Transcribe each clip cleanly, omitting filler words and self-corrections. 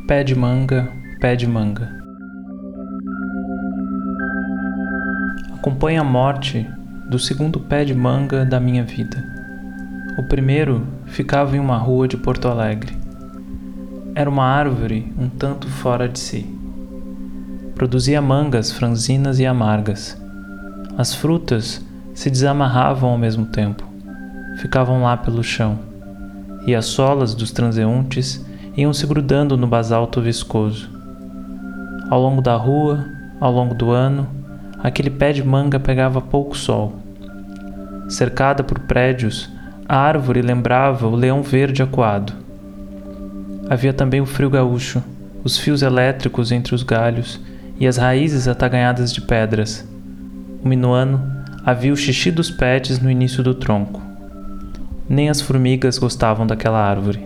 Pé de manga, pé de manga. Acompanho a morte do segundo pé de manga da minha vida. O primeiro ficava em uma rua de Porto Alegre. Era uma árvore um tanto fora de si. Produzia mangas franzinas e amargas. As frutas se desamarravam ao mesmo tempo. Ficavam lá pelo chão. E as solas dos transeuntes iam se grudando no basalto viscoso. Ao longo da rua, ao longo do ano, aquele pé de manga pegava pouco sol. Cercada por prédios, a árvore lembrava o leão verde acuado. Havia também o frio gaúcho, os fios elétricos entre os galhos e as raízes ataganhadas de pedras. O minuano havia o xixi dos pets no início do tronco. Nem as formigas gostavam daquela árvore.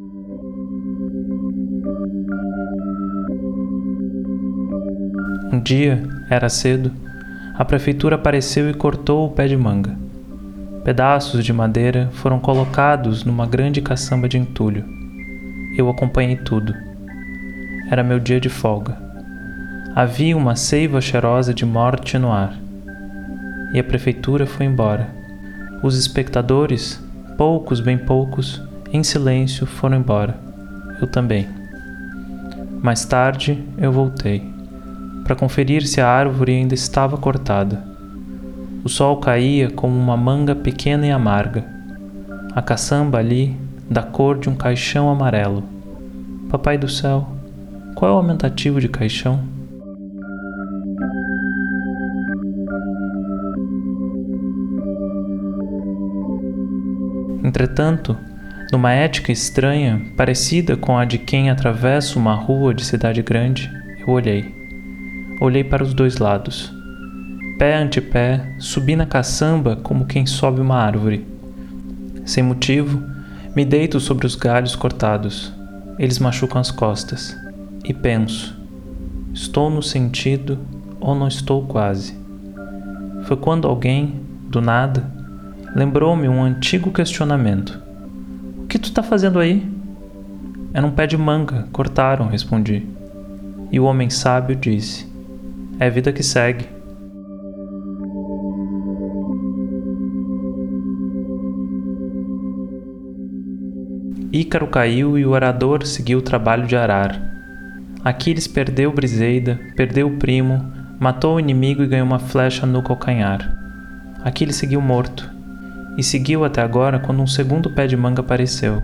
Um dia, era cedo, a prefeitura apareceu e cortou o pé de manga. Pedaços de madeira foram colocados numa grande caçamba de entulho. Eu acompanhei tudo. Era meu dia de folga. Havia uma seiva cheirosa de morte no ar. E a prefeitura foi embora. Os espectadores, poucos, bem poucos, em silêncio foram embora. Eu também. Mais tarde, eu voltei, para conferir se a árvore ainda estava cortada. O sol caía como uma manga pequena e amarga. A caçamba ali, da cor de um caixão amarelo. Papai do céu, qual é o aumentativo de caixão? Entretanto, numa ética estranha, parecida com a de quem atravessa uma rua de cidade grande, eu olhei. Olhei para os dois lados. Pé ante pé, subi na caçamba como quem sobe uma árvore. Sem motivo, me deito sobre os galhos cortados. Eles machucam as costas. E penso, estou no sentido ou não estou quase? Foi quando alguém, do nada, lembrou-me um antigo questionamento. O que tu tá fazendo aí? Era um pé de manga, cortaram, respondi. E o homem sábio disse, é vida que segue. Ícaro caiu e o arador seguiu o trabalho de arar. Aquiles perdeu Briseida, perdeu o primo, matou o inimigo e ganhou uma flecha no calcanhar. Aquiles seguiu morto. E seguiu até agora quando um segundo pé de manga apareceu.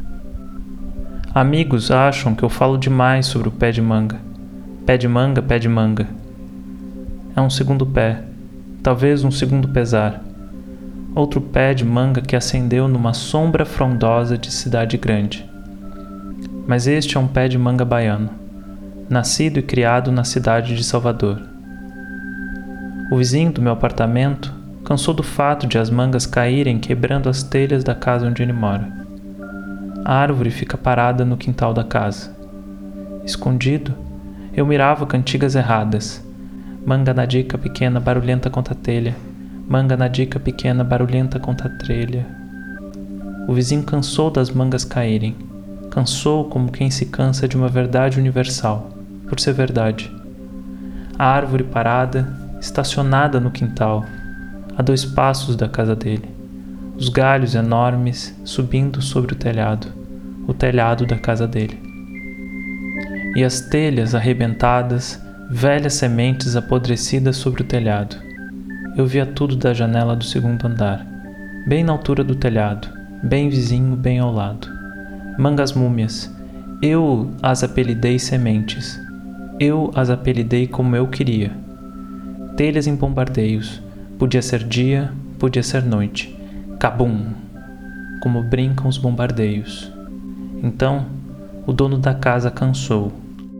Amigos acham que eu falo demais sobre o pé de manga. Pé de manga, pé de manga. É um segundo pé, talvez um segundo pesar. Outro pé de manga que acendeu numa sombra frondosa de cidade grande. Mas este é um pé de manga baiano, nascido e criado na cidade de Salvador. O vizinho do meu apartamento cansou do fato de as mangas caírem quebrando as telhas da casa onde ele mora. A árvore fica parada no quintal da casa. Escondido, eu mirava cantigas erradas. Manga na dica pequena, barulhenta contra a telha. Manga na dica pequena, barulhenta contra a telha. O vizinho cansou das mangas caírem. Cansou como quem se cansa de uma verdade universal, por ser verdade. A árvore parada, estacionada no quintal, a 2 passos da casa dele. Os galhos enormes subindo sobre o telhado da casa dele. E as telhas arrebentadas, velhas sementes apodrecidas sobre o telhado. Eu via tudo da janela do 2º andar, bem na altura do telhado, bem vizinho, bem ao lado. Mangas múmias, eu as apelidei sementes. Eu as apelidei como eu queria. Telhas em bombardeios, podia ser dia, podia ser noite. Cabum! Como brincam os bombardeios. Então, o dono da casa cansou.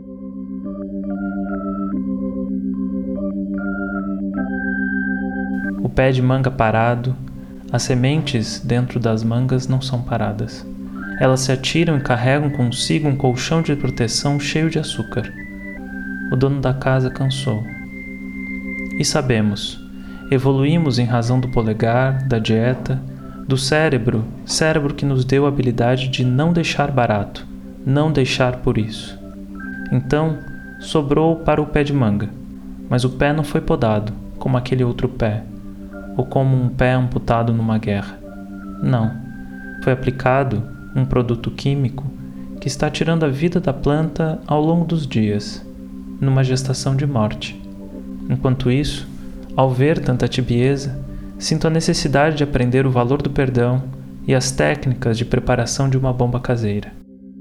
O pé de manga parado, as sementes dentro das mangas não são paradas. Elas se atiram e carregam consigo um colchão de proteção cheio de açúcar. O dono da casa cansou. E sabemos, evoluímos em razão do polegar, da dieta, do cérebro que nos deu a habilidade de não deixar barato, não deixar por isso. Então, sobrou para o pé de manga. Mas o pé não foi podado, como aquele outro pé, ou como um pé amputado numa guerra. Não. Foi aplicado um produto químico que está tirando a vida da planta ao longo dos dias, numa gestação de morte. Enquanto isso, ao ver tanta tibieza, sinto a necessidade de aprender o valor do perdão e as técnicas de preparação de uma bomba caseira.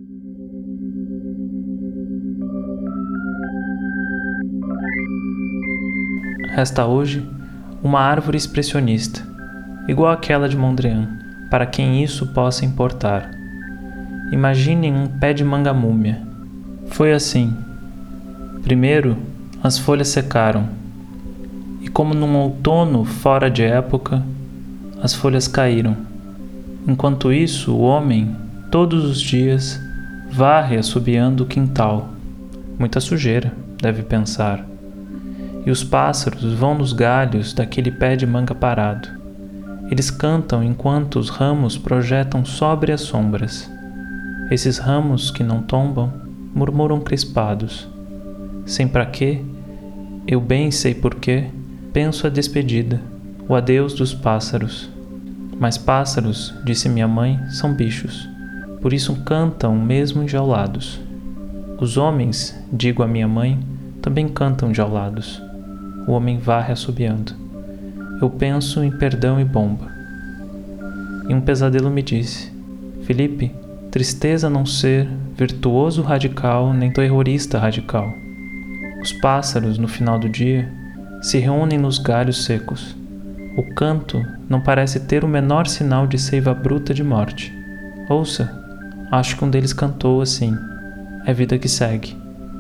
Resta hoje uma árvore expressionista, igual àquela de Mondrian, para quem isso possa importar. Imaginem um pé de manga múmia. Foi assim. Primeiro, as folhas secaram, e como num outono fora de época, as folhas caíram. Enquanto isso, o homem, todos os dias, varre assobiando o quintal. Muita sujeira, deve pensar. E os pássaros vão nos galhos daquele pé de manga parado. Eles cantam enquanto os ramos projetam sóbrias sombras. Esses ramos que não tombam murmuram crispados. Sem pra quê, eu bem sei porquê, penso a despedida, o adeus dos pássaros. Mas pássaros, disse minha mãe, são bichos, por isso cantam mesmo enjaulados. Os homens, digo a minha mãe, também cantam enjaulados. O homem varre assobiando. Eu penso em perdão e bomba. E um pesadelo me disse: Felipe, tristeza não ser virtuoso radical nem terrorista radical. Os pássaros, no final do dia, se reúnem nos galhos secos. O canto não parece ter o menor sinal de seiva bruta de morte. Ouça, acho que um deles cantou assim. É vida que segue.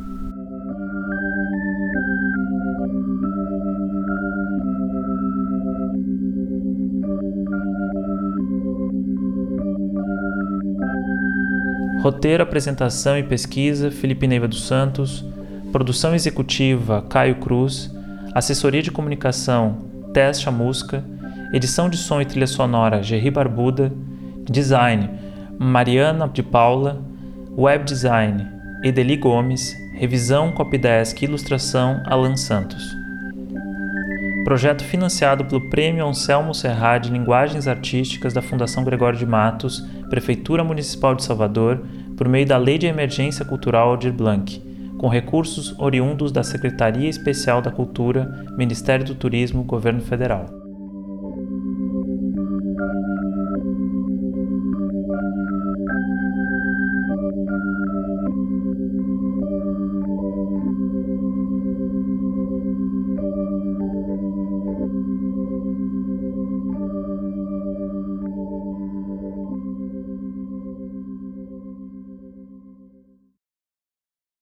Roteiro, apresentação e pesquisa, Felipe Neiva dos Santos. Produção executiva, Caio Cruz. Assessoria de comunicação, Tess Chamusca. Edição de som e trilha sonora, Gerry Barbuda. Design, Mariana de Paula. Web design, Edeli Gomes. Revisão, Copydesk e ilustração, Alan Santos. Projeto financiado pelo Prêmio Anselmo Serra de Linguagens Artísticas da Fundação Gregório de Matos, Prefeitura Municipal de Salvador, por meio da Lei de Emergência Cultural Aldir Blanc, com recursos oriundos da Secretaria Especial da Cultura, Ministério do Turismo, Governo Federal.